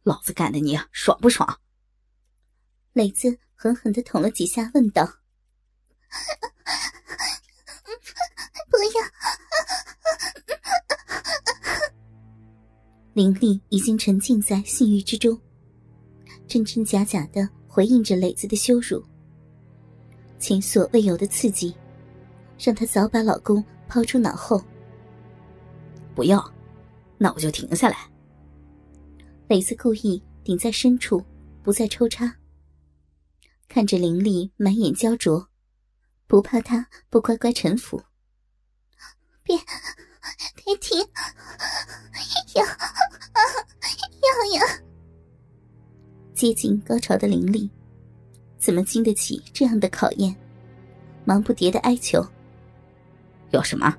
老子干的你爽不爽？ 磊子狠狠地捅了几下，问道：不要。林丽已经沉浸在性欲之中，真真假假地回应着磊子的羞辱。前所未有的刺激让她早把老公抛出脑后。 不要，那我就停下来。 磊子故意顶在深处，不再抽插，看着林丽满眼焦灼，不怕她不乖乖臣服。别停，要呀！接近高潮的林丽怎么经得起这样的考验，忙不迭地哀求： 有什么？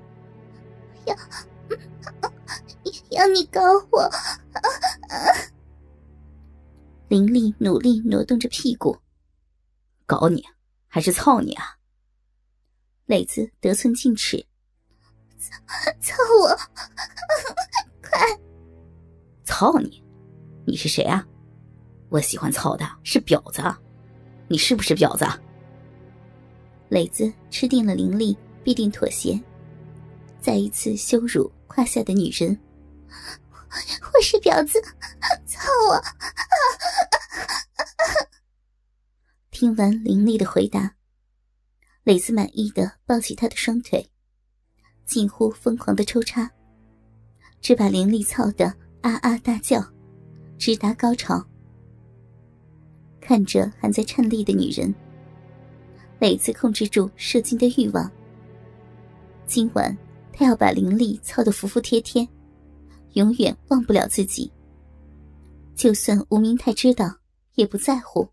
要你搞我！林丽努力挪动着屁股。 搞你还是操你啊？ 磊子得寸进尺。操我！快！ 操你？你是谁啊？我喜欢操的是婊子，你是不是婊子？ 磊子吃定了林丽必定妥协，再一次羞辱胯下的女人。我是婊子，操我！听完林丽的回答，磊子满意地抱起她的双腿，近乎疯狂地抽插，只把林丽操得啊啊大叫，直达高潮。看着还在颤栗的女人，磊子控制住射精的欲望。今晚他要把林丽操得服服帖帖，永远忘不了自己。就算吴明泰知道也不在乎。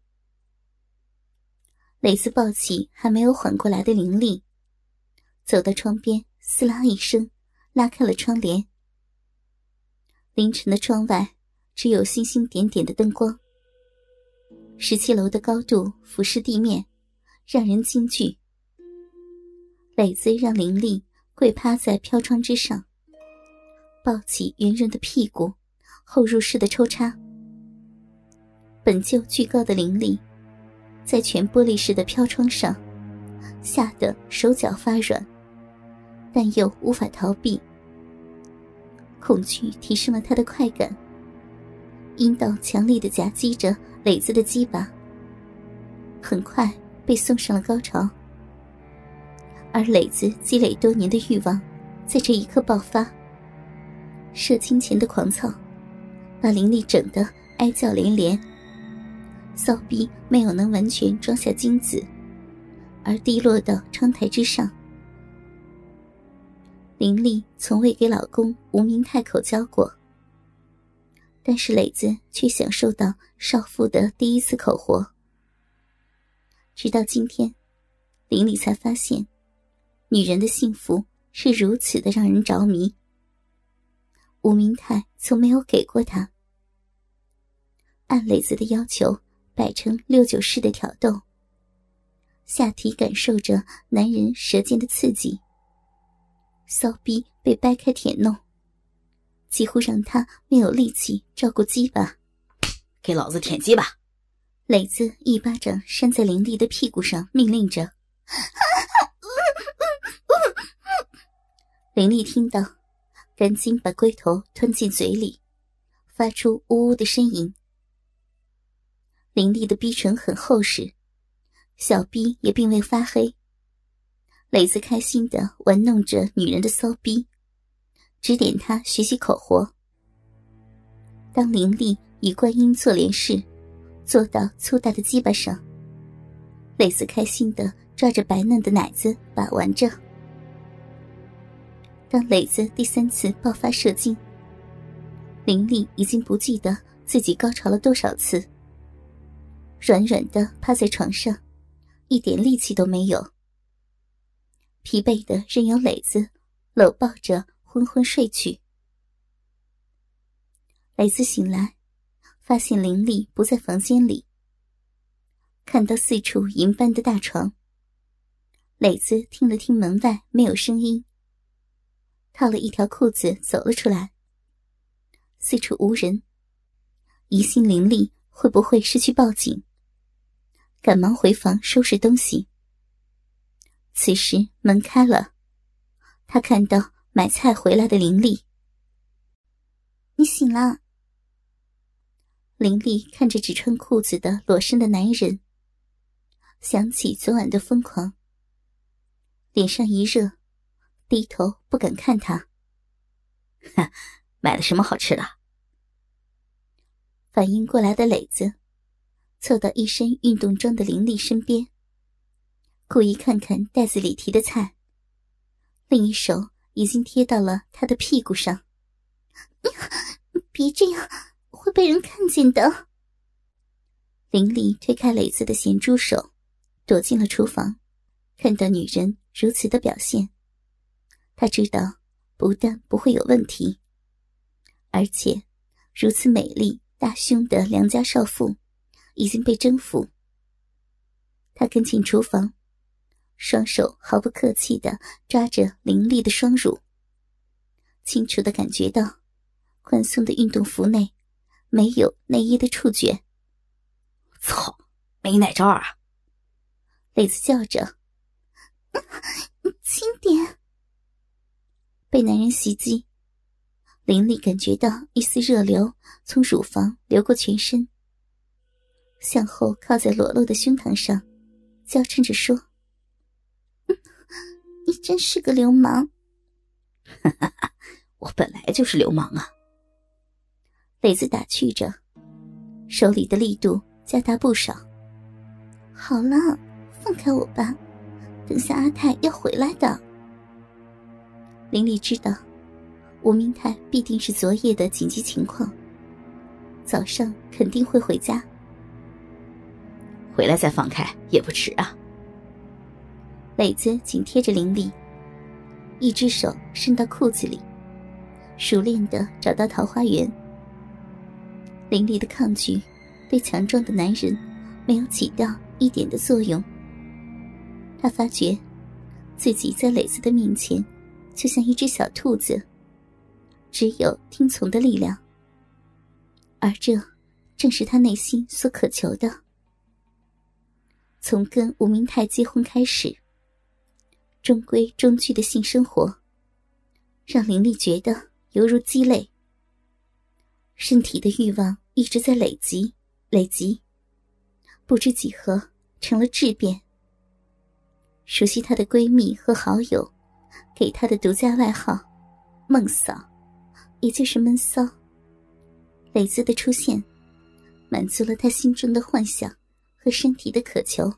磊子抱起还没有缓过来的林丽，走到窗边，撕拉一声拉开了窗帘。凌晨的窗外只有星星点点的灯光，17楼的高度俯视地面，让人惊惧。磊子让林丽跪趴在飘窗之上，抱起圆润的屁股，后入式的抽插。本就巨高的林丽在全玻璃式的飘窗上吓得手脚发软，但又无法逃避。恐惧提升了他的快感，阴道强力地夹击着磊子的鸡巴，很快被送上了高潮。而磊子积累多年的欲望在这一刻爆发，射精前的狂躁把林丽整得哀叫连连，骚逼没有能完全装下精子，而滴落到窗台之上。林丽从未给老公吴明泰口交过，但是磊子却享受到少妇的第一次口活。直到今天，林丽才发现女人的幸福是如此的让人着迷。吴明泰从没有给过她。按磊子的要求摆成6-9式的挑逗，下体感受着男人舌尖的刺激，骚逼被掰开舔弄，几乎让他没有力气照顾鸡巴。 给老子舔鸡巴！ 磊子一巴掌扇在林丽的屁股上，命令着。林丽听到，赶紧把龟头吞进嘴里，发出呜呜的呻吟。林丽的逼唇很厚实，小逼也并未发黑。磊子开心地玩弄着女人的骚逼，指点她学习口活。当林丽以观音坐莲式坐到粗大的鸡巴上，磊子开心地抓着白嫩的奶子把玩着。当磊子第3次爆发射精，林丽已经不记得自己高潮了多少次，软软地趴在床上，一点力气都没有，疲惫地任由磊子搂抱着昏昏睡去。磊子醒来，发现林丽不在房间里，看到四处银斑的大床，磊子听了听门外没有声音，套了一条裤子走了出来。四处无人， 疑心林丽会不会是去报警，赶忙回房收拾东西。此时门开了，他看到买菜回来的林丽。你醒了。林丽看着只穿裤子的裸身的男人，想起昨晚的疯狂，脸上一热，低头不敢看他。 买了什么好吃的？ 反应过来的磊子凑到一身运动装的林丽身边，故意看看袋子里提的菜，另一手已经贴到了他的屁股上。别这样，会被人看见的。林丽推开磊子的咸猪手，躲进了厨房。看到女人如此的表现，她知道不但不会有问题，而且如此美丽大胸的良家少妇已经被征服。她跟进厨房，双手毫不客气地抓着凌厉的双乳，清楚地感觉到宽松的运动服内没有内衣的触觉。 操，没奶罩啊！ 磊子叫着：“轻点！”被男人袭击，林丽感觉到一丝热流从乳房流过全身，向后靠在裸露的胸膛上，娇嗔着说：“你真是个流氓！” 我本来就是流氓啊！ 磊子打趣着，手里的力度加大不少。好了，放开我吧，等下阿泰要回来的。林丽知道吴明泰必定是昨夜的紧急情况，早上肯定会回家， 回来再放开也不迟啊。 磊子紧贴着林丽，一只手伸到裤子里，熟练地找到桃花源。林丽的抗拒对强壮的男人没有起到一点的作用。他发觉自己在磊子的面前就像一只小兔子，只有听从的力量，而这正是他内心所渴求的。从跟吴明泰结婚开始，中规中矩的性生活让林丽觉得犹如鸡肋，身体的欲望一直在累积，不知几何成了质变。熟悉她的闺蜜和好友给她的独家外号梦嫂，也就是闷骚。磊子的出现满足了她心中的幻想和身体的渴求。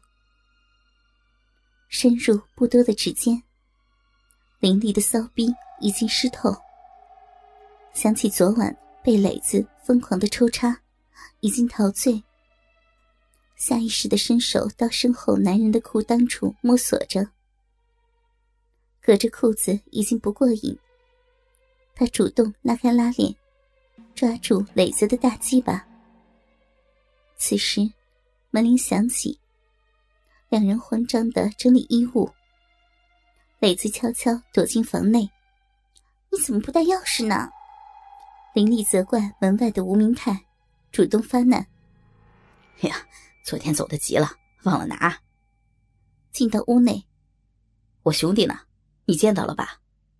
深入不多的指尖，林丽的骚逼已经湿透。想起昨晚被磊子疯狂的抽插，已经陶醉，下意识地伸手到身后男人的裤裆处摸索着。隔着裤子已经不过瘾，他主动拉开拉链，抓住磊子的大鸡巴。此时门铃响起，两人慌张地整理衣物。磊子悄悄躲进房内：“你怎么不带钥匙呢？”林丽责怪门外的吴明泰，主动发难：“ 哎呀，昨天走得急了，忘了拿。” 进到屋内：“ 我兄弟呢？你见到了吧？”“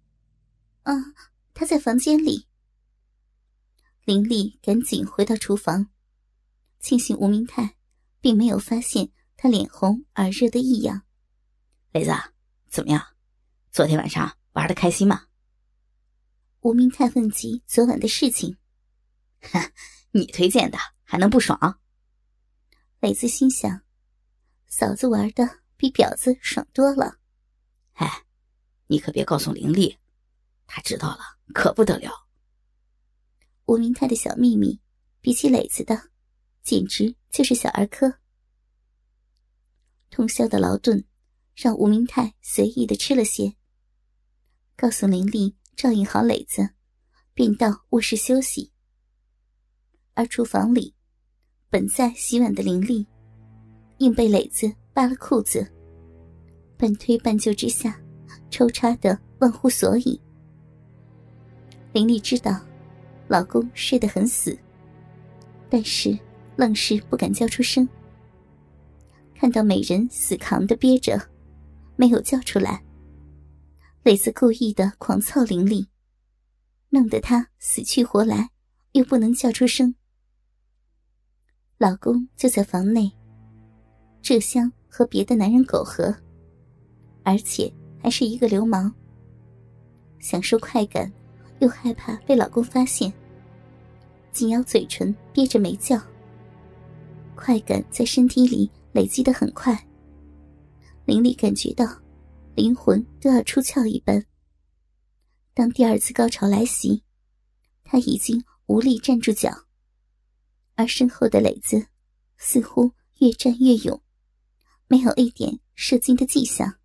他在房间里。”林丽赶紧回到厨房，庆幸吴明泰并没有发现他脸红耳热的异样。 “磊子，怎么样？昨天晚上玩得开心吗？” 吴明泰问及昨晚的事情。 “你推荐的，还能不爽？” 磊子心想，嫂子玩的比婊子爽多了。 “哎，你可别告诉林丽，她知道了可不得了。” 吴明泰的小秘密比起磊子的简直就是小儿科。通宵的劳顿让吴明泰随意地吃了些，告诉林丽照应好磊子，便到卧室休息。而厨房里本在洗碗的林丽硬被磊子扒了裤子，半推半就之下抽插得忘乎所以。林丽知道老公睡得很死， 但是愣是不敢叫出声。看到美人死扛的憋着，没有叫出来，磊子故意的狂操凌厉，弄得她死去活来，又不能叫出声。老公就在房内，麝香和别的男人苟合，而且还是一个流氓。享受快感，又害怕被老公发现，紧咬嘴唇，憋着没叫。快感在身体里累积得很快，林丽感觉到灵魂都要出窍一般。当第二次高潮来袭，她已经无力站住脚，而身后的磊子似乎越战越勇，没有一点射精的迹象。